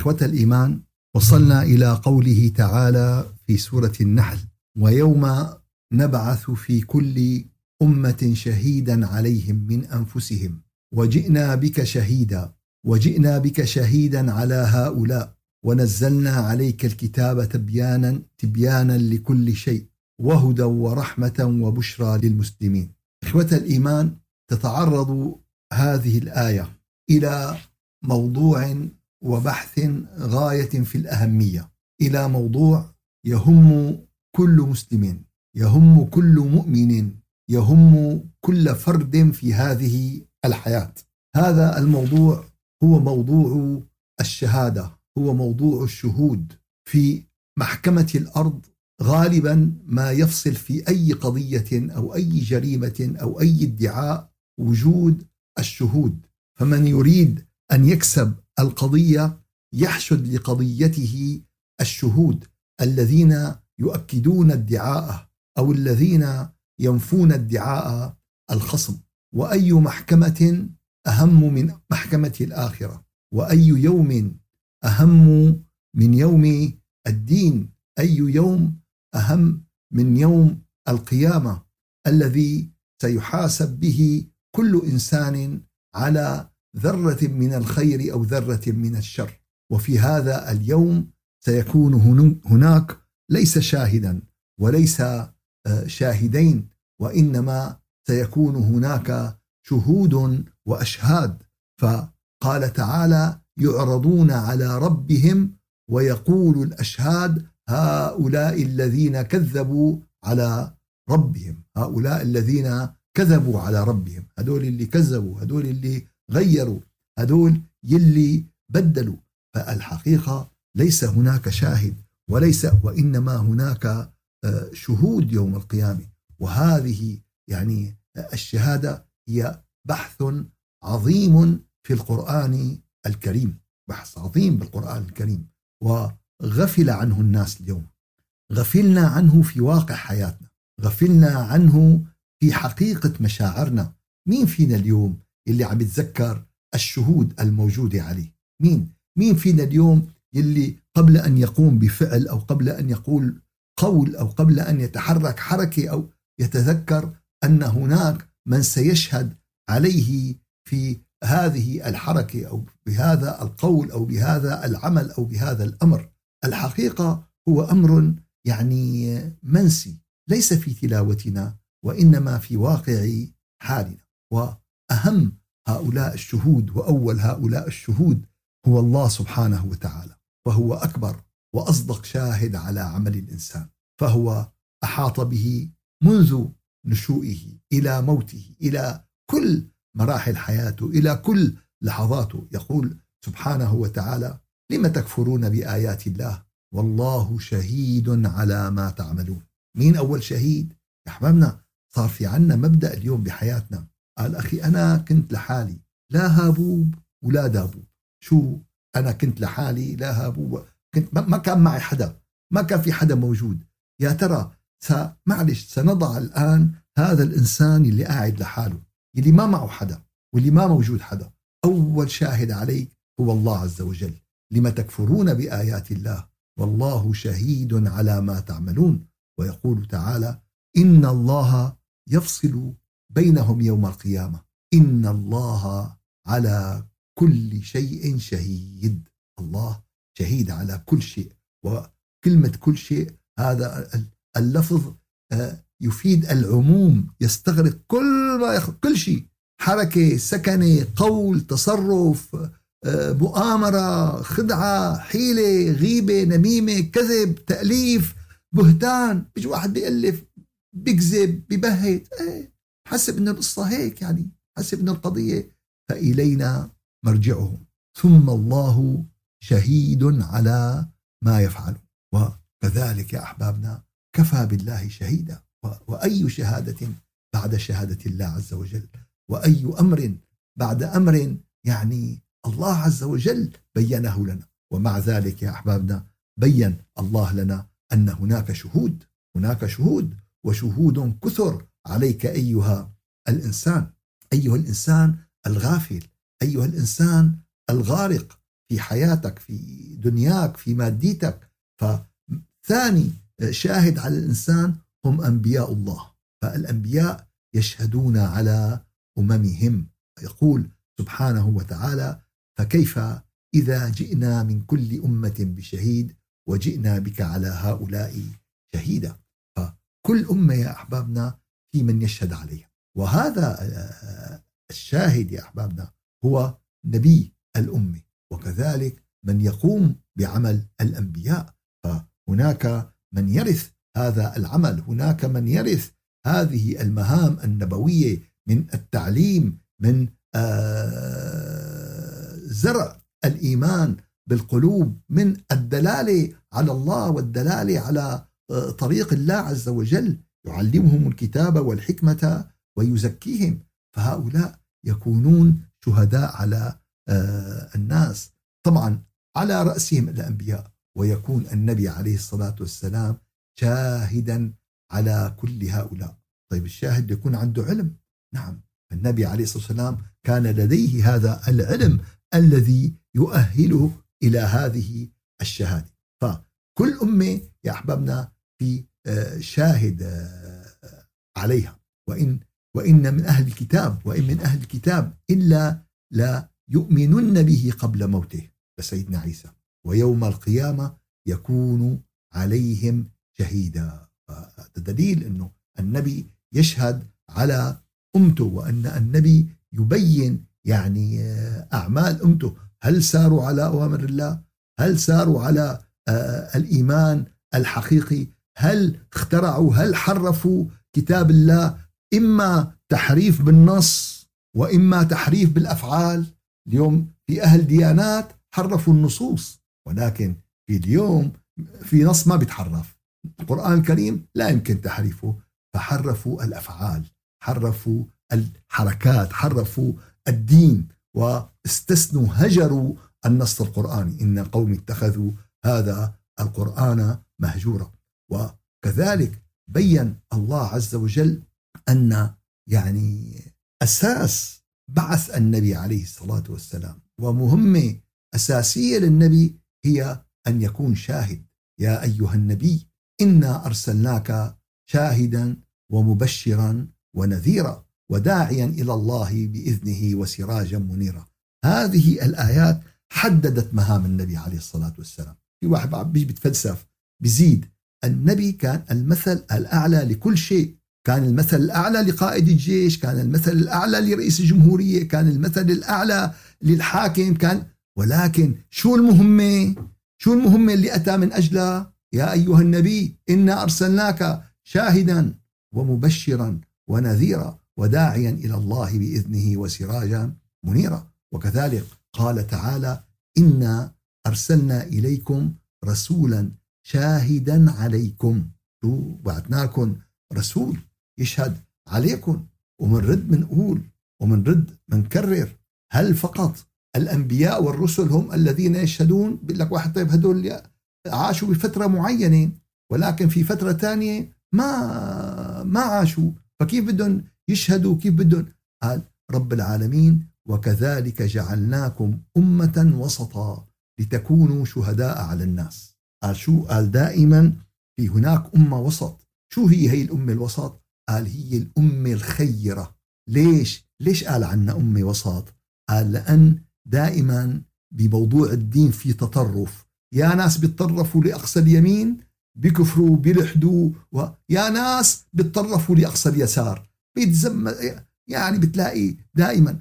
إخوة الإيمان، وصلنا إلى قوله تعالى في سورة النحل: ويوم نبعث في كل أمة شهيدا عليهم من أنفسهم وجئنا بك شهيدا على هؤلاء ونزلنا عليك الكتاب تبيانا لكل شيء وهدى ورحمة وبشرى للمسلمين. إخوة الإيمان، تتعرض هذه الآية إلى موضوع وبحث غاية في الأهمية، إلى موضوع يهم كل مسلم، يهم كل مؤمن، يهم كل فرد في هذه الحياة. هذا الموضوع هو موضوع الشهادة، هو موضوع الشهود. في محكمة الأرض غالبا ما يفصل في أي قضية أو أي جريمة أو أي ادعاء وجود الشهود، فمن يريد أن يكسب القضية يحشد لقضيته الشهود الذين يؤكدون ادعاءه أو الذين ينفون ادعاء الخصم. وأي محكمة أهم من محكمة الآخرة؟ وأي يوم أهم من يوم الدين؟ أي يوم أهم من يوم القيامة الذي سيحاسب به كل إنسان على ذرة من الخير أو ذرة من الشر؟ وفي هذا اليوم سيكون هناك ليس شاهدا وليس شاهدين، وإنما سيكون هناك شهود وأشهاد. فقال تعالى: يعرضون على ربهم ويقول الأشهاد هؤلاء الذين كذبوا على ربهم، هؤلاء الذين كذبوا على ربهم، هدول اللي كذبوا، هدول اللي غيروا، هدول يلي بدلوا. فالحقيقة ليس هناك شاهد وإنما هناك شهود يوم القيامة. وهذه يعني الشهادة هي بحث عظيم في القرآن الكريم، بحث عظيم بالقرآن الكريم، وغفل عنه الناس اليوم. غفلنا عنه في واقع حياتنا، غفلنا عنه في حقيقة مشاعرنا. مين فينا اليوم اللي عم يتذكر الشهود الموجودة عليه؟ مين فينا اليوم اللي قبل أن يقوم بفعل أو قبل أن يقول قول أو قبل أن يتحرك حركة أو يتذكر أن هناك من سيشهد عليه في هذه الحركة أو بهذا القول أو بهذا العمل أو بهذا الأمر؟ الحقيقة هو أمر يعني منسي، ليس في تلاوتنا وإنما في واقع حالنا. وأهم هؤلاء الشهود وأول هؤلاء الشهود هو الله سبحانه وتعالى، فهو أكبر وأصدق شاهد على عمل الإنسان، فهو أحاط به منذ نشوئه إلى موته، إلى كل مراحل حياته، إلى كل لحظاته. يقول سبحانه وتعالى: لم تكفرون بآيات الله والله شهيد على ما تعملون. مين أول شهيد؟ يا أحبابنا، صار في عنا مبدأ اليوم بحياتنا. قال أخي أنا كنت لحالي، لا هابوب ولا دابوب. شو أنا كنت لحالي لا هابوب؟ ما كان معي حدا، ما كان في حدا موجود. يا ترى معلش سنضع الآن هذا الإنسان اللي قاعد لحاله، اللي ما معه حدا واللي ما موجود حدا، أول شاهد عليك هو الله عز وجل. لما تكفرون بآيات الله والله شهيد على ما تعملون. ويقول تعالى: إن الله يفصل بينهم يوم القيامة إن الله على كل شيء شهيد. الله شهيد على كل شيء. وكلمة كل شيء هذا اللفظ يفيد العموم، يستغرق كل شيء، حركة، سكنة، قول، تصرف، مؤامرة، خدعة، حيلة، غيبة، نميمة، كذب، تأليف، بهتان. بيجي واحد بيألف، بيكذب، بيبهت، حسب إن القصة هيك، يعني حسب إن القضية. فإلينا مرجعهم ثم الله شهيد على ما يفعل. وكذلك يا أحبابنا كفى بالله شهيدا. وأي شهادة بعد شهادة الله عز وجل؟ وأي أمر بعد أمر يعني الله عز وجل بينه لنا. ومع ذلك يا أحبابنا بين الله لنا أن هناك شهود وشهود كثر عليك أيها الإنسان، أيها الإنسان الغافل، أيها الإنسان الغارق. في حياتك، في دنياك، في ماديتك. فثاني شاهد على الإنسان هم أنبياء الله، فالأنبياء يشهدون على أممهم. يقول سبحانه وتعالى: فكيف إذا جئنا من كل أمة بشهيد وجئنا بك على هؤلاء شهيدا. فكل أمة يا أحبابنا في من يشهد عليها، وهذا الشاهد يا أحبابنا هو نبي الأمة، وكذلك من يقوم بعمل الأنبياء. فهناك من يرث هذا العمل، هناك من يرث هذه المهام النبوية من التعليم، من زرع الإيمان بالقلوب، من الدلالة على الله والدلالة على طريق الله عز وجل، يعلمهم الكتاب والحكمة ويزكيهم. فهؤلاء يكونون شهداء على الناس، طبعا على رأسهم الأنبياء، ويكون النبي عليه الصلاة والسلام شاهدا على كل هؤلاء. طيب الشاهد يكون عنده علم، نعم، النبي عليه الصلاة والسلام كان لديه هذا العلم الذي يؤهله إلى هذه الشهادة. فكل أمة يا أحبابنا في شاهد عليها. وإن من أهل الكتاب إلا لا يؤمنن به قبل موته، لسيدنا عيسى، ويوم القيامة يكون عليهم شهيدا. هذا دليل أنه النبي يشهد على أمته، وأن النبي يبين يعني أعمال أمته، هل ساروا على أوامر الله، هل ساروا على الإيمان الحقيقي، هل اخترعوا، هل حرفوا كتاب الله، إما تحريف بالنص وإما تحريف بالأفعال. اليوم في أهل ديانات حرفوا النصوص، ولكن في اليوم في نص ما بيتحرف، القرآن الكريم لا يمكن تحريفه، فحرفوا الأفعال، حرفوا الحركات، حرفوا الدين، واستثنوا هجروا النص القرآني، إن قوم اتخذوا هذا القرآن مهجورا. وكذلك بيّن الله عز وجل أن يعني أساس بعث النبي عليه الصلاة والسلام ومهمة أساسية للنبي هي أن يكون شاهد. يا أيها النبي إنا أرسلناك شاهدا ومبشرا ونذيرا وداعيا إلى الله بإذنه وسراجا منيرا. هذه الآيات حددت مهام النبي عليه الصلاة والسلام. في واحد بيجي بيتفلسف بيزيد، النبي كان المثل الأعلى لكل شيء، كان المثل الأعلى لقائد الجيش، كان المثل الأعلى لرئيس الجمهورية، كان المثل الأعلى للحاكم، ولكن شو المهمة اللي أتى من أجلها؟ يا أيها النبي إنا أرسلناك شاهدا ومبشرا ونذيرا وداعيا إلى الله بإذنه وسراجا منيرا. وكذلك قال تعالى: إنا أرسلنا إليكم رسولا شاهدا عليكم، بعثناكم رسول يشهد عليكم. ومنرد منقول ومنرد منكرر، هل فقط الأنبياء والرسل هم الذين يشهدون؟ بيقول لك واحد طيب هدول عاشوا بفترة معينة، ولكن في فترة تانية ما عاشوا، فكيف بدهم يشهدوا؟ كيف بدهم؟ قال رب العالمين: وكذلك جعلناكم أمة وسطا لتكونوا شهداء على الناس. قال شو؟ قال دائما في هناك أمة وسط. شو هي الأمة الوسط؟ قال هي الأمة الخيرة. ليش قال عنا أمة وسط؟ قال لأن دائما بموضوع الدين في تطرف، يا ناس بيتطرفوا لأقصى اليمين بيكفروا بيلحدوا، ويا ناس بيتطرفوا لأقصى اليسار يعني بتلاقي دائما.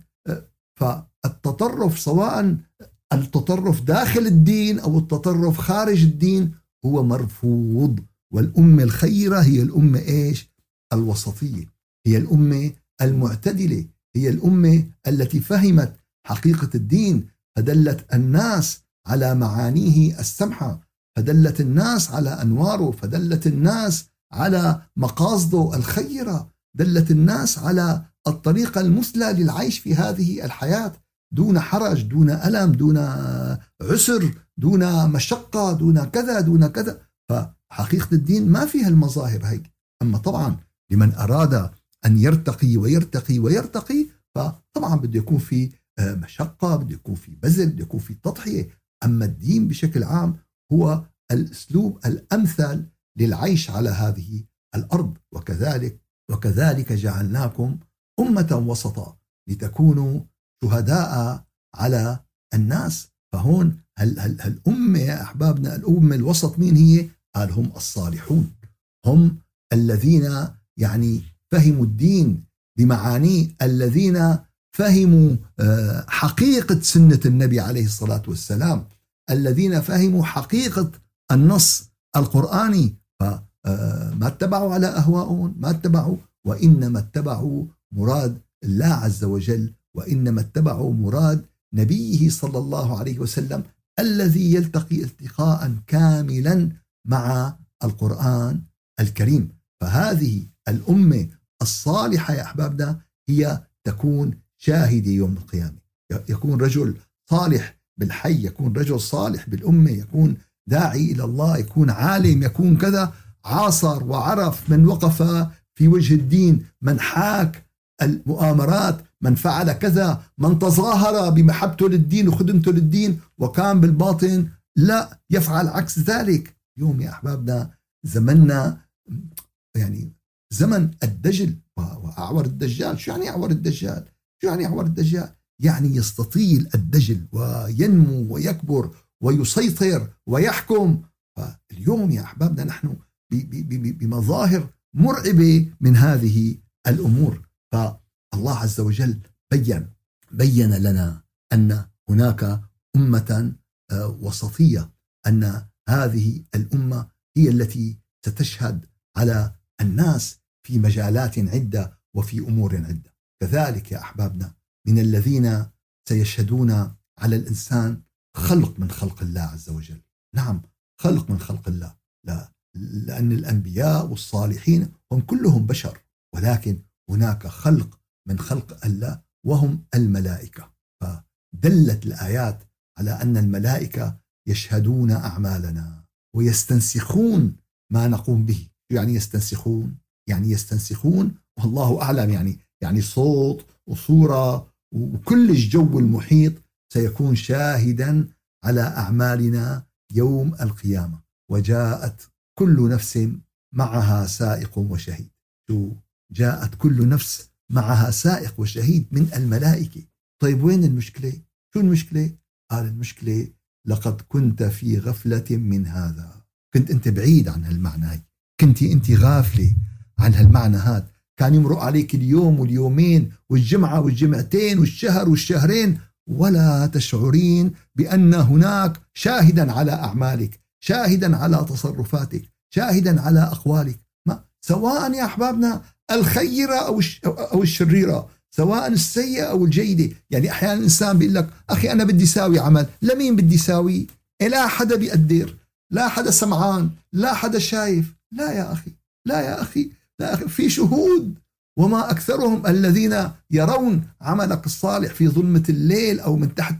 فالتطرف سواء التطرف داخل الدين أو التطرف خارج الدين هو مرفوض. والأمة الخيرة هي الأمة الوسطية، هي الأمة المعتدلة، هي الأمة التي فهمت حقيقة الدين، فدلت الناس على معانيه السمحة، فدلت الناس على أنواره، فدلت الناس على مقاصده الخيرة، دلت الناس على الطريقة المثلى للعيش في هذه الحياة دون حرج، دون ألم، دون عسر، دون مشقة، دون كذا. فحقيقة الدين ما فيها المظاهر هي. أما طبعا لمن أراد أن يرتقي ويرتقي فطبعا بده يكون في مشقة، بده يكون في بذل، بده يكون في تضحية. أما الدين بشكل عام هو الأسلوب الأمثل للعيش على هذه الأرض. وكذلك جعلناكم أمة وسطا لتكونوا شهداء على الناس. فهون الأمة يا أحبابنا، الأمة الوسط مين هي؟ قال هم الصالحون، هم الذين يعني فهموا الدين بمعانيه، الذين فهموا حقيقة سنة النبي عليه الصلاة والسلام، الذين فهموا حقيقة النص القرآني. فما اتبعوا على أهواءهم، ما اتبعوا، وإنما اتبعوا مراد الله عز وجل، وإنما اتبعوا مراد نبيه صلى الله عليه وسلم الذي يلتقي التقاء كاملا مع القرآن الكريم. فهذه الأمة الصالحة يا أحبابنا هي تكون شاهدة يوم القيامة. يكون رجل صالح بالحي، يكون رجل صالح بالأمة، يكون داعي إلى الله، يكون عالم، يكون كذا، عاصر وعرف من وقف في وجه الدين، من حاك المؤامرات، من فعل كذا، من تظاهر بمحبته للدين وخدمته للدين وكان بالباطن لا يفعل عكس ذلك. يوم يا أحبابنا زمننا يعني زمن الدجل وأعور الدجال. شو يعني أعور الدجال؟ شو يعني أعور الدجال؟ يعني يستطيل الدجل وينمو ويكبر ويسيطر ويحكم. فاليوم يا أحبابنا نحن بمظاهر مرعبة من هذه الأمور. فالله عز وجل بيّن لنا أن هناك أمة وسطية، أن هذه الأمة هي التي ستشهد على الناس في مجالات عدة وفي أمور عدة. كذلك يا أحبابنا من الذين سيشهدون على الإنسان خلق من خلق الله عز وجل. نعم، خلق من خلق الله، لا، لأن الأنبياء والصالحين هم كلهم بشر، ولكن هناك خلق من خلق الله وهم الملائكة. فدلت الآيات على أن الملائكة يشهدون أعمالنا ويستنسخون ما نقوم به. يعني يستنسخون، يعني يستنسخون والله أعلم، يعني صوت وصورة وكل الجو المحيط سيكون شاهدا على أعمالنا يوم القيامة. وجاءت كل نفس معها سائق وشهيد. جاءت كل نفس معها سائق وشهيد من الملائكة. طيب وين المشكلة؟ شو المشكلة؟ قال المشكلة لقد كنت في غفلة من هذا. كنت أنت بعيد عن هالمعنى هاي، كنت أنت غافلة عن هالمعنى هذا. كان يمرق عليك اليوم واليومين والجمعة والجمعتين والشهر والشهرين ولا تشعرين بأن هناك شاهدا على أعمالك، شاهدا على تصرفاتك، شاهدا على أقوالك، سواء يا أحبابنا الخيرة أو الشريرة، سواء السيئة أو الجيدة. يعني أحيانا الإنسان بيقول لك أخي أنا بدي ساوي عمل، لمين بدي ساوي؟ لا حدا بيقدر، لا حدا سمعان، لا حدا شايف. لا يا أخي، لا يا أخي، لا أخي، في شهود، وما أكثرهم الذين يرون عملك الصالح في ظلمة الليل أو من تحت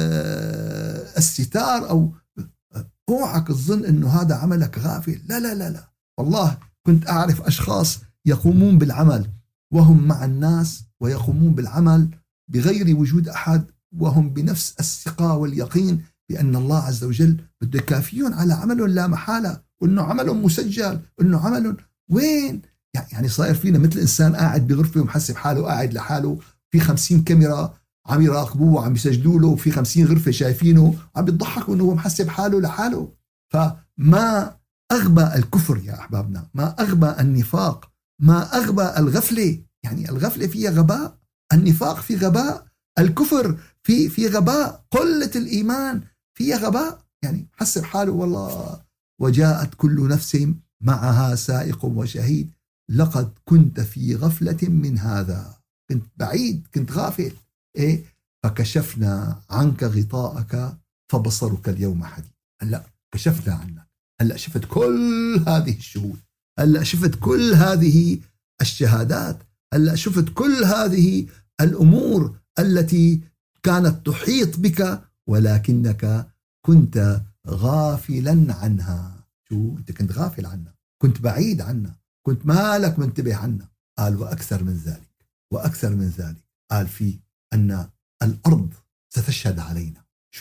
الستار. أو اوعك الظن أنه هذا عملك غافل. لا لا لا لا، والله كنت أعرف أشخاص يقومون بالعمل وهم مع الناس، ويقومون بالعمل بغير وجود أحد، وهم بنفس الثقة واليقين بأن الله عز وجل بده يكافيون على عملهم لا محالة، وأنه عملهم مسجل، وأنه عملهم وين. يعني صاير فينا مثل إنسان قاعد بغرفة ومحسب حاله قاعد لحاله، في 50 كاميرا عم يراقبوه وعم يسجلوا له، وفي 50 غرفة شايفينه عم بيضحكوا أنه هو محسب حاله لحاله. فما أغبى الكفر يا أحبابنا، ما أغبى النفاق، ما أغبى الغفلة. يعني الغفلة فيها غباء، النفاق في غباء، الكفر في غباء، قلة الإيمان فيها غباء. يعني حسب حاله والله. وجاءت كل نفس معها سائق وشهيد لقد كنت في غفلة من هذا. كنت بعيد، كنت غافل. إيه؟ فكشفنا عنك غطاءك فبصرك اليوم حديد. هلأ كشفنا عنك، هلأ شفت كل هذه الشهود، هلأ شفت كل هذه الشهادات، هلأ شفت كل هذه الأمور التي كانت تحيط بك ولكنك كنت غافلا عنها. شو أنت كنت غافل عنها، كنت بعيد عنها، كنت مالك منتبه عنها. قال وأكثر من ذلك، وأكثر من ذلك، قال في أن الأرض ستشهد علينا.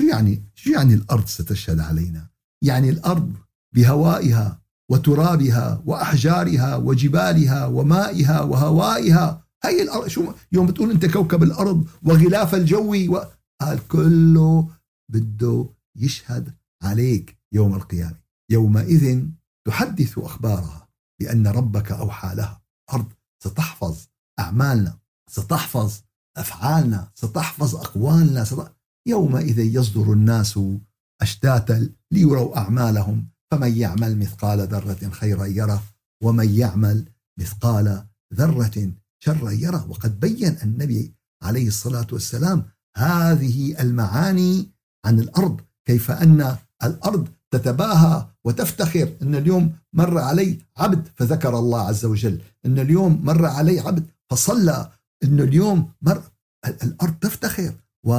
شو يعني الأرض ستشهد علينا؟ يعني الأرض بهوائها وترابها وأحجارها وجبالها ومائها وهوائها، هي الأرض. شو يوم بتقول أنت كوكب الأرض وغلاف الجوي قال كله بده يشهد عليك يوم القيامة. يومئذ تحدث أخبارها بأن ربك أوحى لها. الأرض ستحفظ أعمالنا، ستحفظ أفعالنا، ستحفظ أقوالنا. يومئذ يصدر الناس أشتاتا ليروا أعمالهم فمن يعمل مثقال ذرة خيرا يره ومن يعمل مثقال ذرة شرا يره. وقد بين النبي عليه الصلاة والسلام هذه المعاني عن الأرض، كيف أن الأرض تتباهى وتفتخر أن اليوم مر علي عبد فذكر الله عز وجل، أن اليوم مر علي عبد فصلى، أن اليوم الأرض تفتخر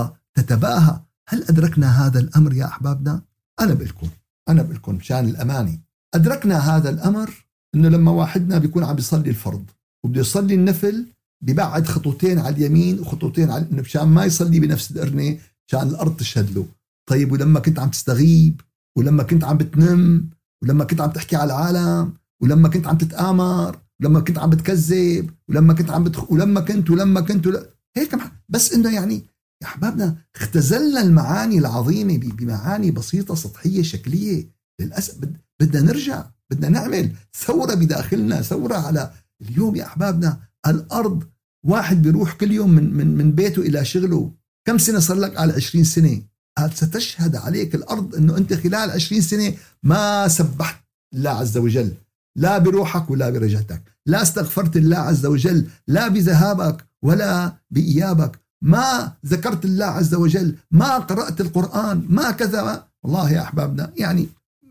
وتتباهى. هل أدركنا هذا الأمر يا أحبابنا؟ أنا بقولكم مشان الأماني أدركنا هذا الأمر، أنه لما واحدنا بيكون عم بيصلي الفرض وبده يصلي النفل ببعد خطوتين على اليمين وخطوتين على مشان ما يصلي بنفس القرنة، مشان الأرض تشهد له. طيب ولما كنت عم تستغيب، ولما كنت عم بتنم، ولما كنت عم تحكي على العالم، ولما كنت عم تتآمر، ولما كنت عم بتكذب، ولما كنت عم ولما كنت هيك بس إنه يعني يا أحبابنا اختزلنا المعاني العظيمة بمعاني بسيطة سطحية شكلية. للأسف بدنا نرجع، بدنا نعمل ثورة بداخلنا، ثورة على اليوم يا أحبابنا. الأرض واحد بيروح كل يوم من بيته إلى شغله، كم سنة صار لك؟ على 20 سنة. ستشهد عليك الأرض أنه أنت خلال 20 سنة ما سبحت الله عز وجل، لا بروحك ولا برجعتك، لا استغفرت الله عز وجل، لا بذهابك ولا بإيابك، ما ذكرت الله عز وجل، ما قرأت القرآن، ما كذا. والله يا أحبابنا يعني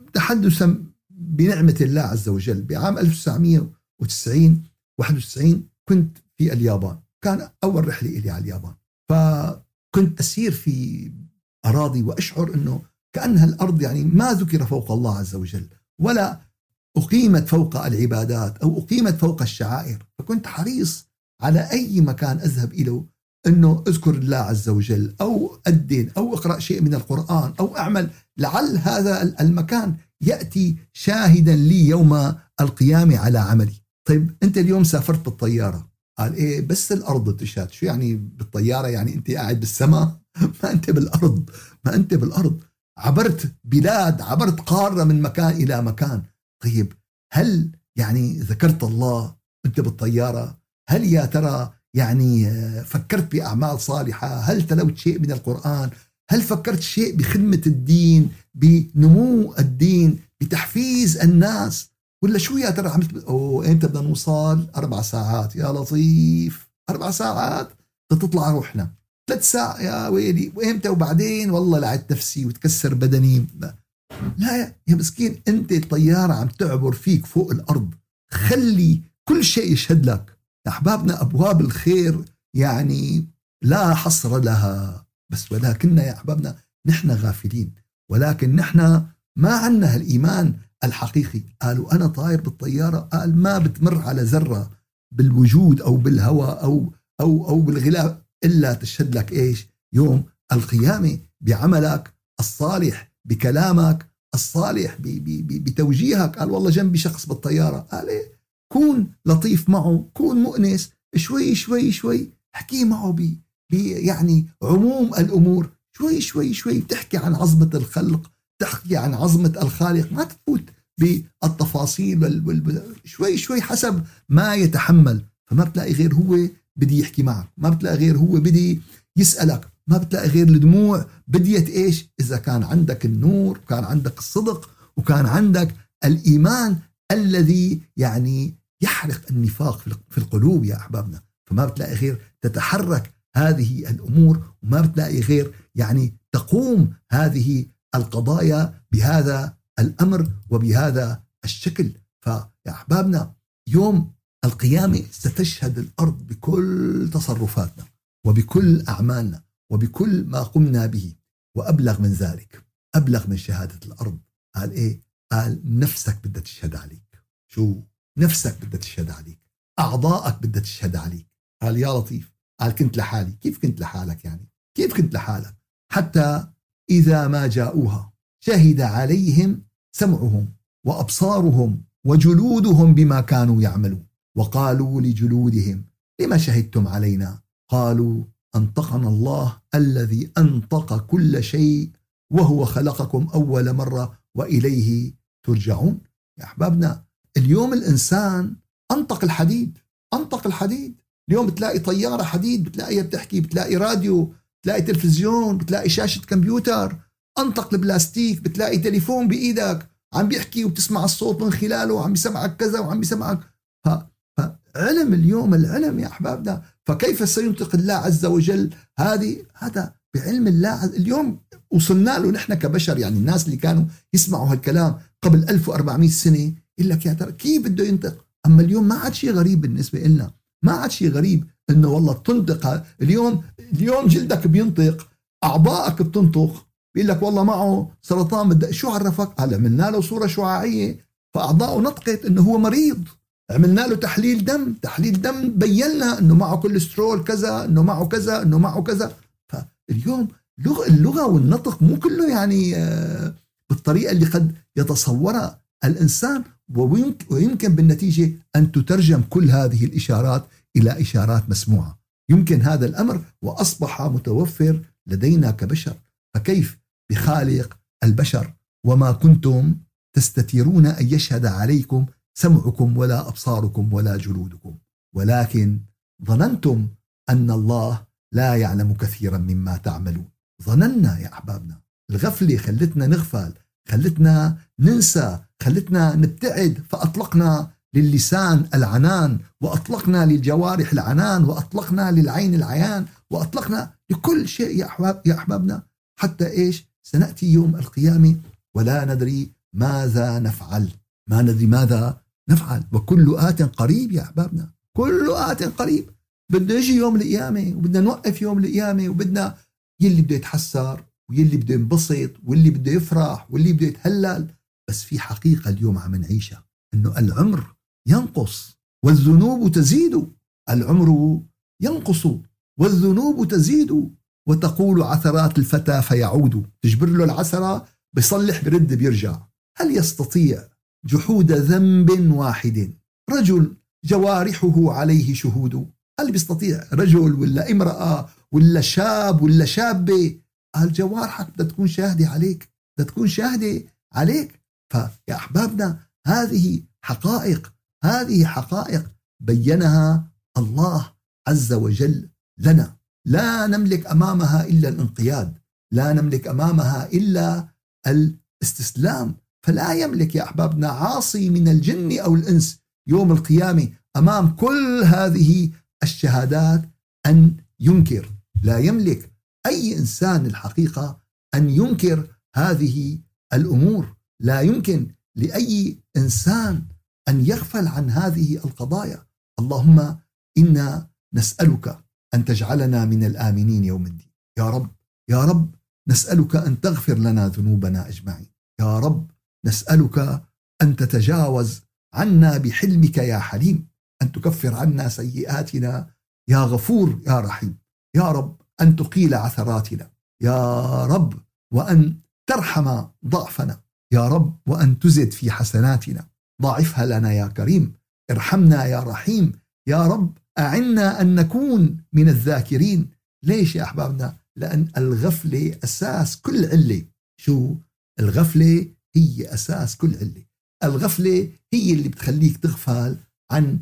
تحدثا بنعمة الله عز وجل، بعام 1991 كنت في اليابان، كان أول رحلة إلي على اليابان. فكنت أسير في أراضي وأشعر أنه كأنها الأرض يعني ما ذكر فوق الله عز وجل، ولا أقيمت فوق العبادات أو أقيمت فوق الشعائر. فكنت حريص على أي مكان أذهب إليه أنه أذكر الله عز وجل أو أدين أو أقرأ شيء من القرآن أو أعمل، لعل هذا المكان يأتي شاهدا لي يوم القيامة على عملي. طيب أنت اليوم سافرت بالطيارة، قال إيه بس الأرض تشهد. شو يعني بالطيارة؟ يعني أنت قاعد بالسماء، ما أنت بالأرض، ما أنت بالأرض. عبرت بلاد، عبرت قارة من مكان إلى مكان. طيب هل يعني ذكرت الله أنت بالطيارة؟ هل يا ترى يعني فكرت بأعمال صالحة؟ هل تلوت شيء من القرآن؟ هل فكرت شيء بخدمة الدين، بنمو الدين، بتحفيز الناس؟ ولا شو يا ترى عملت؟ أنت بدنا نوصل 4 ساعات يا لطيف، 4 ساعات تطلع روحنا، 3 ساعات يا ويلي، وإمتى؟ وبعدين والله لعت نفسي وتكسر بدني. لا يا مسكين، أنت الطيارة عم تعبر فيك فوق الأرض، خلي كل شيء يشهد لك. يا أحبابنا أبواب الخير يعني لا حصر لها، بس ولكننا يا أحبابنا نحن غافلين، ولكن نحن ما عنا هالإيمان الحقيقي. قالوا أنا طاير بالطيارة، قال ما بتمر على ذرة بالوجود أو بالهواء أو بالغلاف إلا تشهد لك إيش؟ يوم القيامة بعملك الصالح، بكلامك الصالح، بتوجيهك. قال والله جنبي شخص بالطيارة، قال إيه؟ كون لطيف معه، كون مؤنس، شوي شوي شوي احكي معه يعني عموم الأمور، شوي شوي شوي تحكي عن عظمة الخلق، تحكي عن عظمة الخالق، ما تفوت بالتفاصيل شوي شوي حسب ما يتحمل. فما بتلاقي غير هو بدي يحكي معك، ما بتلاقي غير هو بدي يسألك، ما بتلاقي غير الدموع بديت إيش؟ إذا كان عندك النور، وكان عندك الصدق، وكان عندك الإيمان الذي يعني يحرق النفاق في القلوب يا أحبابنا. فما بتلاقي غير تتحرك هذه الأمور، وما بتلاقي غير يعني تقوم هذه القضايا بهذا الأمر وبهذا الشكل. فيا أحبابنا يوم القيامة ستشهد الأرض بكل تصرفاتنا وبكل أعمالنا وبكل ما قمنا به. وأبلغ من ذلك، أبلغ من شهادة الأرض، قال إيه؟ قال نفسك بدها تشهد عليك. شو نفسك بدها تشهد عليك؟ أعضائك بدها تشهد عليك. قال يا لطيف، قال كنت لحالي. كيف كنت لحالك يعني؟ كيف كنت لحالك؟ حتى إذا ما جاءوها شهد عليهم سمعهم وأبصارهم وجلودهم بما كانوا يعملون وقالوا لجلودهم لما شهدتم علينا؟ قالوا أنطقنا الله الذي أنطق كل شيء وهو خلقكم أول مرة وإليه ترجعون. يا أحبابنا، اليوم الإنسان أنطق الحديد. اليوم بتلاقي طيارة حديد، بتلاقيها بتحكي، بتلاقي راديو، بتلاقي تلفزيون، بتلاقي شاشة كمبيوتر. أنطق البلاستيك، بتلاقي تليفون بإيدك عم بيحكي وبتسمع الصوت من خلاله، عم بيسمعك كذا وعم بيسمعك. فعلم اليوم العلم يا أحبابنا، فكيف سينطق الله عز وجل هذا بعلم الله. اليوم وصلنا له نحن كبشر، يعني الناس اللي كانوا يسمعوا هالكلام قبل 1400 سنة يقول لك يا ترى كيف بده ينطق. أما اليوم ما عاد شيء غريب بالنسبة لنا، ما عاد شيء غريب إنه والله تنطق. اليوم جلدك بينطق، أعضائك بتنطق. بيقول لك والله معه سرطان، شو عرفك؟ هلا عملنا له صورة شعاعية فأعضاؤه نطقت إنه هو مريض. عملنا له تحليل دم بينا إنه معه كوليسترول كذا، إنه معه كذا، إنه معه كذا. فاليوم اللغة والنطق مو كله يعني بالطريقة اللي قد يتصورها الإنسان، ويمكن بالنتيجة أن تترجم كل هذه الإشارات إلى إشارات مسموعة. يمكن هذا الأمر وأصبح متوفر لدينا كبشر، فكيف بخالق البشر؟ وما كنتم تستترون أن يشهد عليكم سمعكم ولا أبصاركم ولا جلودكم ولكن ظننتم أن الله لا يعلم كثيرا مما تعملون. ظننا يا أحبابنا، الغفلة خلتنا نغفل، خلتنا ننسى، خلتنا نبتعد، فأطلقنا للسان العنان، وأطلقنا للجوارح العنان، وأطلقنا للعين العيان، وأطلقنا لكل شيء يا أحبابنا، حتى إيش؟ سنأتي يوم القيامة ولا ندري ماذا نفعل، ما ندري ماذا نفعل، وكل آت قريب يا أحبابنا، كل آت قريب. بدنا يجي يوم القيامة، وبدنا نوقف يوم القيامة، وبدنا يلي بده يتحسر ويلي بده ينبسط واللي بده يفرح واللي بده يتهلل. بس في حقيقة اليوم عم نعيشها، إنه العمر ينقص والذنوب تزيد. العمر ينقص والذنوب تزيد، وتقول عثرات الفتى فيعود. تجبر له العثرة بيصلح برد بيرجع. هل يستطيع جحود ذنب واحد رجل جوارحه عليه شهود؟ هل بيستطيع رجل ولا امرأة ولا شاب ولا شابة؟ الجوارحك بدها تكون شاهدة عليك، بدها تكون شاهدة عليك. فيا أحبابنا، هذه حقائق بينها الله عز وجل لنا، لا نملك أمامها إلا الانقياد، لا نملك أمامها إلا الاستسلام. فلا يملك يا أحبابنا عاصي من الجن أو الإنس يوم القيامة أمام كل هذه الشهادات أن ينكر. لا يملك أي إنسان الحقيقة أن ينكر هذه الأمور. لا يمكن لأي إنسان أن يغفل عن هذه القضايا. اللهم إنا نسألك أن تجعلنا من الآمنين يوم الدين. يا رب نسألك أن تغفر لنا ذنوبنا أجمعين. يا رب نسألك أن تتجاوز عنا بحلمك يا حليم، أن تكفر عنا سيئاتنا يا غفور يا رحيم. يا رب أن تقيل عثراتنا يا رب، وأن ترحم ضعفنا يا رب، وأن تزد في حسناتنا. ضاعفها لنا يا كريم، ارحمنا يا رحيم. يا رب أعنا أن نكون من الذاكرين. ليش يا أحبابنا؟ لأن الغفلة أساس كل علة. شو الغفلة؟ هي أساس كل علة. الغفلة هي اللي بتخليك تغفل عن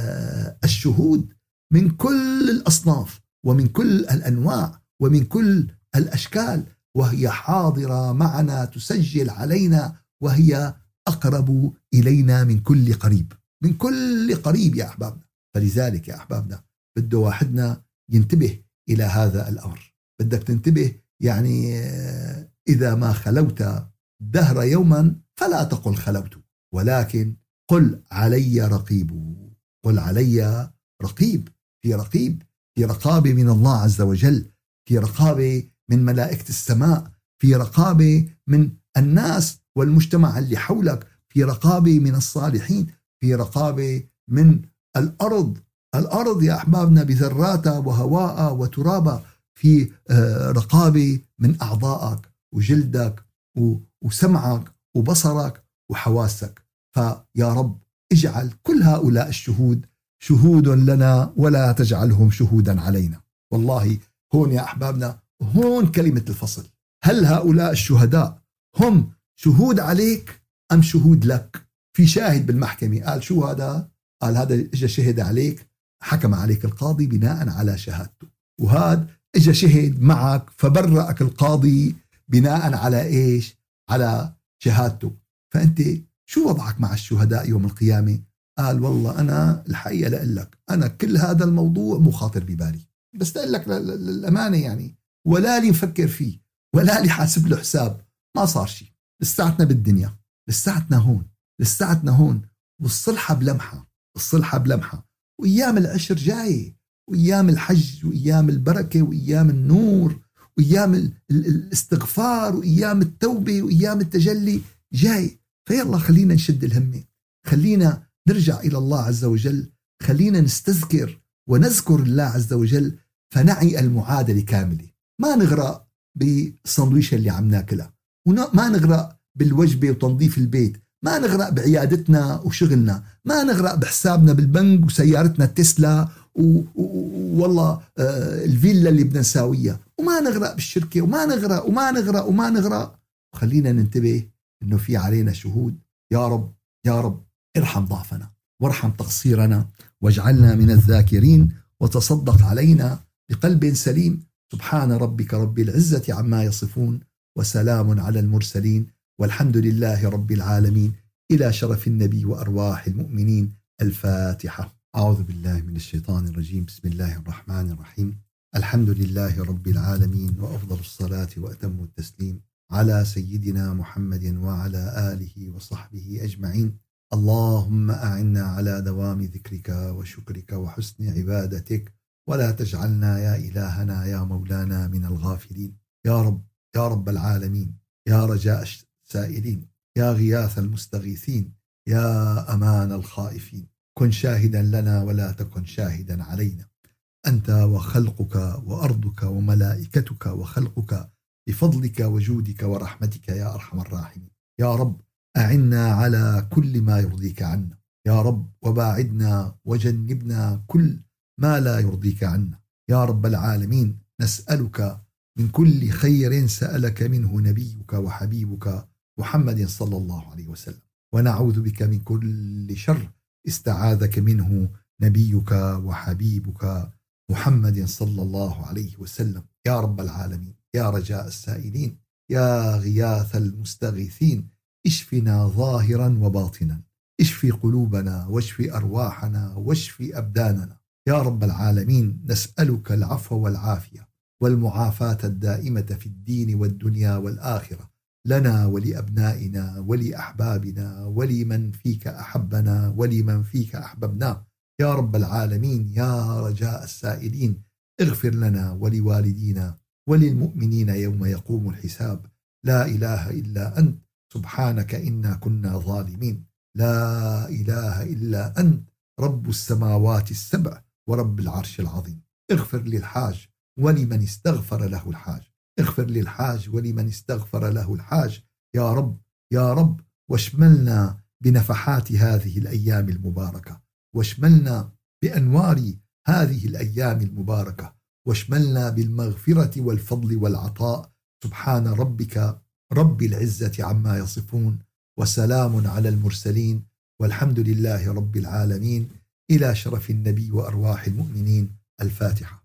الشهود من كل الأصناف ومن كل الأنواع ومن كل الأشكال، وهي حاضرة معنا تسجل علينا، وهي أقرب إلينا من كل قريب، من كل قريب يا أحبابنا. فلذلك يا أحبابنا بده واحدنا ينتبه إلى هذا الأمر. بدك تنتبه، يعني إذا ما خلوت الدهر يوما فلا تقل خلوت، ولكن قل علي رقيب. قل علي رقيب. في رقابة من الله عز وجل، في رقابة من ملائكة السماء، في رقابة من الناس والمجتمع اللي حولك، في رقابة من الصالحين، في رقابة من الأرض يا أحبابنا بذراتها وهواءها وترابها، في رقابة من أعضائك وجلدك وسمعك وبصرك وحواسك. فيا رب اجعل كل هؤلاء الشهود شهود لنا ولا تجعلهم شهودا علينا. والله هون يا أحبابنا، هون كلمة الفصل. هل هؤلاء الشهداء هم شهود عليك أم شهود لك؟ في شاهد بالمحكمة قال شو هذا؟ قال هذا إجا شهد عليك، حكم عليك القاضي بناء على شهادته، وهذا إجا شهد معك فبرأك القاضي بناء على إيش؟ على شهادته. فأنت شو وضعك مع الشهداء يوم القيامة؟ قال والله أنا الحقيقة لأقلك أنا كل هذا الموضوع مو خاطر ببالي، بس لأقلك الأمانة يعني، ولا لي مفكر فيه ولا لي حاسب له حساب، ما صار شيء. لساتنا بالدنيا، لساتنا هون، والصلحة بلمحة، الصلحة بلمحة، وأيام العشر جاي، وأيام الحج، وأيام البركة، وأيام النور، وأيام الاستغفار، وأيام التوبة، وأيام التجلي جاي. فيلا خلينا نشد الهمة، خلينا نرجع إلى الله عز وجل، خلينا نستذكر ونذكر الله عز وجل، فنعي المعادلة كاملة. ما نغرق بالسندويشة اللي عم ناكلها، وما نغرق بالوجبة وتنظيف البيت، ما نغرق بعيادتنا وشغلنا، ما نغرق بحسابنا بالبنك وسيارتنا التسلا والله الفيلا اللي بدنا نساويها، وما نغرق بالشركة، وما نغرق. خلينا ننتبه إنه في علينا شهود. يا رب يا رب ارحم ضعفنا وارحم تقصيرنا، واجعلنا من الذاكرين، وتصدق علينا بقلب سليم. سبحان ربك رب العزة عما يصفون، وسلام على المرسلين، والحمد لله رب العالمين. إلى شرف النبي وأرواح المؤمنين. الفاتحة. أعوذ بالله من الشيطان الرجيم. بسم الله الرحمن الرحيم. الحمد لله رب العالمين، وأفضل الصلاة وأتم التسليم على سيدنا محمد وعلى آله وصحبه أجمعين. اللهم أعنا على دوام ذكرك وشكرك وحسن عبادتك، ولا تجعلنا يا إلهنا يا مولانا من الغافلين. يا رب يا رب العالمين، يا رجاء السائلين، يا غياث المستغيثين، يا أمان الخائفين، كن شاهدا لنا ولا تكن شاهدا علينا. أنت وخلقك وأرضك وملائكتك وخلقك بفضلك وجودك ورحمتك يا أرحم الراحمين. يا رب أعنا على كل ما يرضيك عنا يا رب، وباعدنا وجنبنا كل ما لا يرضيك عنا يا رب العالمين. نسألك من كل خير سألك منه نبيك وحبيبك محمد صلى الله عليه وسلم، ونعوذ بك من كل شر استعاذك منه نبيك وحبيبك محمد صلى الله عليه وسلم. يا رب العالمين، يا رجاء السائلين، يا غياث المستغيثين، اشفنا ظاهرا وباطنا، اشفي قلوبنا واشفي أرواحنا واشفي أبداننا يا رب العالمين. نسألك العفو والعافية والمعافاة الدائمة في الدين والدنيا والآخرة، لنا ولأبنائنا ولأحبابنا ولمن فيك أحبنا ولمن فيك أحببنا يا رب العالمين. يا رجاء السائلين، اغفر لنا ولوالدينا وللمؤمنين يوم يقوم الحساب. لا إله إلا أنت سبحانك إنا كنا ظالمين. لا إله إلا أنت رب السماوات السبع ورب العرش العظيم. اغفر للحاج ولمن استغفر له الحاج، اغفر للحاج ولمن استغفر له الحاج يا رب يا رب. واشملنا بنفحات هذه الأيام المباركة، واشملنا بأنوار هذه الأيام المباركة، واشملنا بالمغفرة والفضل والعطاء. سبحان ربك رب العزة عما يصفون، وسلام على المرسلين، والحمد لله رب العالمين. إلى شرف النبي وأرواح المؤمنين. الفاتحة.